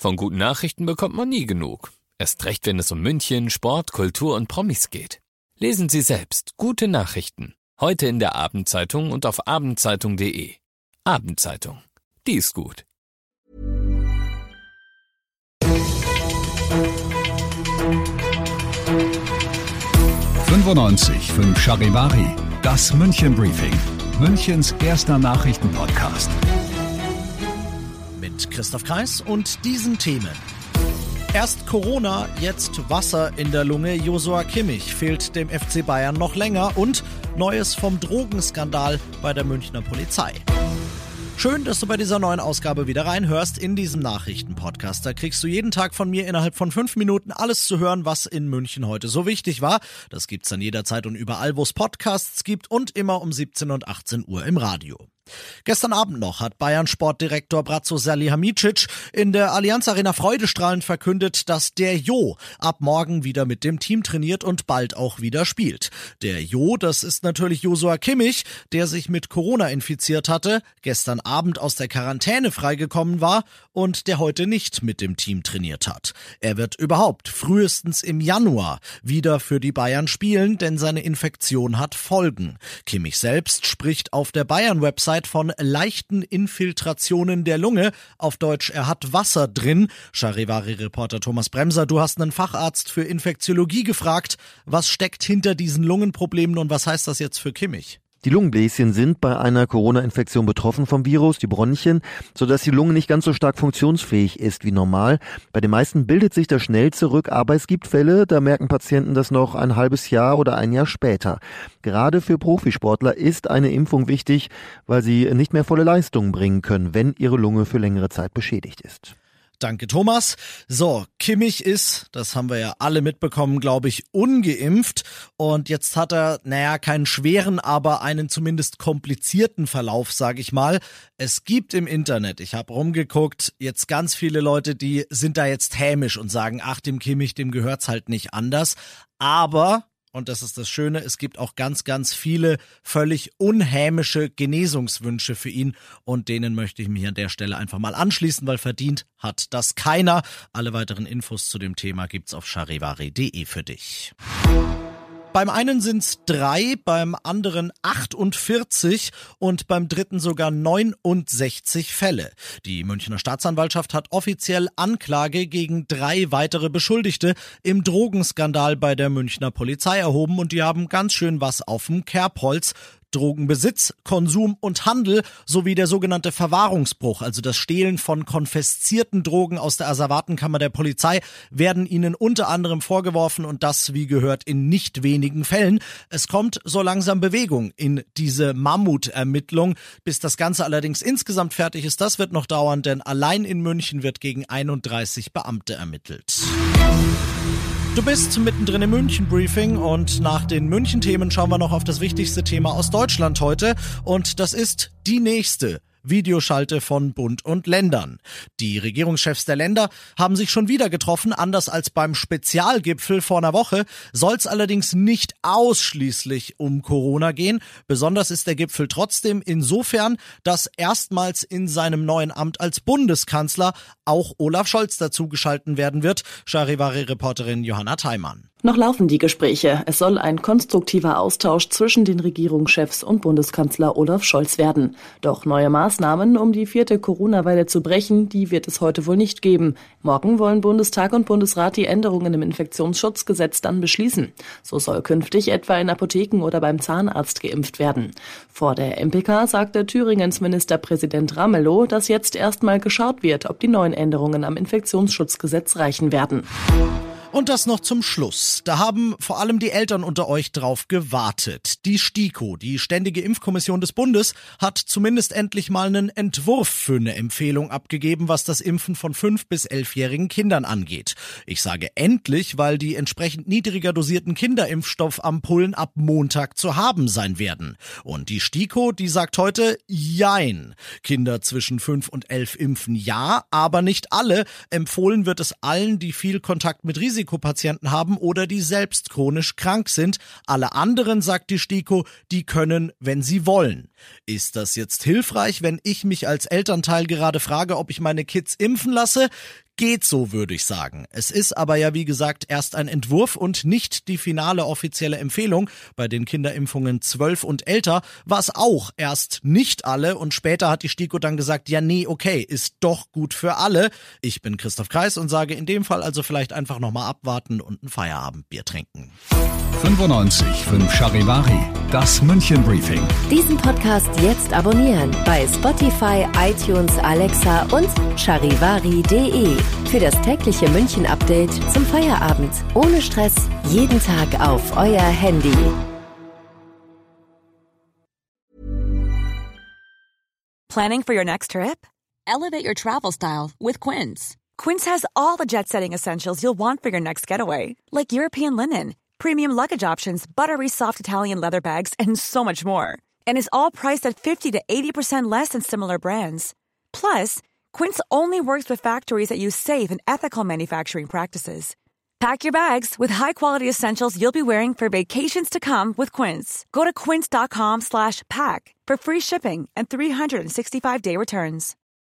Von guten Nachrichten bekommt man nie genug. Erst recht, wenn es um München, Sport, Kultur und Promis geht. Lesen Sie selbst gute Nachrichten. Heute in der Abendzeitung und auf abendzeitung.de. Abendzeitung. Die ist gut. 95.5 Charivari, das München Briefing, Münchens erster Nachrichtenpodcast. Mit Christoph Kreis und diesen Themen. Erst Corona, jetzt Wasser in der Lunge. Joshua Kimmich fehlt dem FC Bayern noch länger und Neues vom Drogenskandal bei der Münchner Polizei. Schön, dass du bei dieser neuen Ausgabe wieder reinhörst in diesem Nachrichtenpodcast. Da kriegst du jeden Tag von mir innerhalb von 5 Minuten alles zu hören, was in München heute so wichtig war. Das gibt's dann jederzeit und überall, wo es Podcasts gibt und immer um 17 und 18 Uhr im Radio. Gestern Abend noch hat Bayern-Sportdirektor Bratzo Salihamidzic in der Allianz Arena freudestrahlend verkündet, dass der Jo ab morgen wieder mit dem Team trainiert und bald auch wieder spielt. Der Jo, das ist natürlich Joshua Kimmich, der sich mit Corona infiziert hatte, gestern Abend aus der Quarantäne freigekommen war und der heute nicht mit dem Team trainiert hat. Er wird überhaupt frühestens im Januar wieder für die Bayern spielen, denn seine Infektion hat Folgen. Kimmich selbst spricht auf der Bayern-Website von leichten Infiltrationen der Lunge. Auf Deutsch, er hat Wasser drin. Charivari-Reporter Thomas Bremser, du hast einen Facharzt für Infektiologie gefragt. Was steckt hinter diesen Lungenproblemen und was heißt das jetzt für Kimmich? Die Lungenbläschen sind bei einer Corona-Infektion betroffen vom Virus, die Bronchien, sodass die Lunge nicht ganz so stark funktionsfähig ist wie normal. Bei den meisten bildet sich das schnell zurück, aber es gibt Fälle, da merken Patienten das noch ein halbes Jahr oder ein Jahr später. Gerade für Profisportler ist eine Impfung wichtig, weil sie nicht mehr volle Leistungen bringen können, wenn ihre Lunge für längere Zeit beschädigt ist. Danke, Thomas. So, Kimmich ist, das haben wir ja alle mitbekommen, glaube ich, ungeimpft. Und jetzt hat er, keinen schweren, aber einen zumindest komplizierten Verlauf, sage ich mal. Es gibt im Internet, ich habe rumgeguckt, jetzt ganz viele Leute, die sind da jetzt hämisch und sagen, ach, dem Kimmich, dem gehört's halt nicht anders. Aber... und das ist das Schöne, es gibt auch ganz, ganz viele völlig unhämische Genesungswünsche für ihn und denen möchte ich mich an der Stelle einfach mal anschließen, weil verdient hat das keiner. Alle weiteren Infos zu dem Thema gibt's auf charivari.de für dich. Beim einen sind's 3, beim anderen 48 und beim dritten sogar 69 Fälle. Die Münchner Staatsanwaltschaft hat offiziell Anklage gegen 3 weitere Beschuldigte im Drogenskandal bei der Münchner Polizei erhoben und die haben ganz schön was auf dem Kerbholz. Drogenbesitz, Konsum und Handel sowie der sogenannte Verwahrungsbruch, also das Stehlen von konfiszierten Drogen aus der Asservatenkammer der Polizei, werden ihnen unter anderem vorgeworfen und das, wie gehört, in nicht wenigen Fällen. Es kommt so langsam Bewegung in diese Mammutermittlung. Bis das Ganze allerdings insgesamt fertig ist, das wird noch dauern, denn allein in München wird gegen 31 Beamte ermittelt. Du bist mittendrin im München-Briefing und nach den München-Themen schauen wir noch auf das wichtigste Thema aus Deutschland heute und das ist die nächste Videoschalte von Bund und Ländern. Die Regierungschefs der Länder haben sich schon wieder getroffen, anders als beim Spezialgipfel vor einer Woche, soll es allerdings nicht ausschließlich um Corona gehen. Besonders ist der Gipfel trotzdem insofern, dass erstmals in seinem neuen Amt als Bundeskanzler auch Olaf Scholz dazugeschalten werden wird. Charivari-Reporterin Johanna Theimann. Noch laufen die Gespräche. Es soll ein konstruktiver Austausch zwischen den Regierungschefs und Bundeskanzler Olaf Scholz werden. Doch neue Maßnahmen, um die 4. Corona-Welle zu brechen, die wird es heute wohl nicht geben. Morgen wollen Bundestag und Bundesrat die Änderungen im Infektionsschutzgesetz dann beschließen. So soll künftig etwa in Apotheken oder beim Zahnarzt geimpft werden. Vor der MPK sagte Thüringens Ministerpräsident Ramelow, dass jetzt erstmal geschaut wird, ob die neuen Änderungen am Infektionsschutzgesetz reichen werden. Und das noch zum Schluss. Da haben vor allem die Eltern unter euch drauf gewartet. Die STIKO, die Ständige Impfkommission des Bundes, hat zumindest endlich mal einen Entwurf für eine Empfehlung abgegeben, was das Impfen von 5- bis 11-jährigen Kindern angeht. Ich sage endlich, weil die entsprechend niedriger dosierten Kinderimpfstoffampullen ab Montag zu haben sein werden. Und die STIKO, die sagt heute, jein. Kinder zwischen 5 und 11 impfen ja, aber nicht alle. Empfohlen wird es allen, die viel Kontakt mit Risikopatienten haben oder die selbst chronisch krank sind. Alle anderen, sagt die STIKO, die können, wenn sie wollen. Ist das jetzt hilfreich, wenn ich mich als Elternteil gerade frage, ob ich meine Kids impfen lasse? Geht so, würde ich sagen. Es ist aber ja, wie gesagt, erst ein Entwurf und nicht die finale offizielle Empfehlung. Bei den Kinderimpfungen 12 und älter war es auch erst nicht alle und später hat die STIKO dann gesagt, ja nee, okay, ist doch gut für alle. Ich bin Christoph Kreis und sage in dem Fall also vielleicht einfach nochmal abwarten und ein Feierabendbier trinken. 95.5 Charivari, das München Briefing. Diesen Podcast jetzt abonnieren bei Spotify, iTunes, Alexa und charivari.de. Für das tägliche München-Update zum Feierabend. Ohne Stress, jeden Tag auf euer Handy. Planning for your next trip? Elevate your travel style with Quince. Quince has all the jet-setting essentials you'll want for your next getaway, like European linen, premium luggage options, buttery soft Italian leather bags, and so much more. And is all priced at 50 to 80% less than similar brands. Plus, Quince only works with factories that use safe and ethical manufacturing practices. Pack your bags with high-quality essentials you'll be wearing for vacations to come with Quince. Go to quince.com/pack for free shipping and 365-day returns.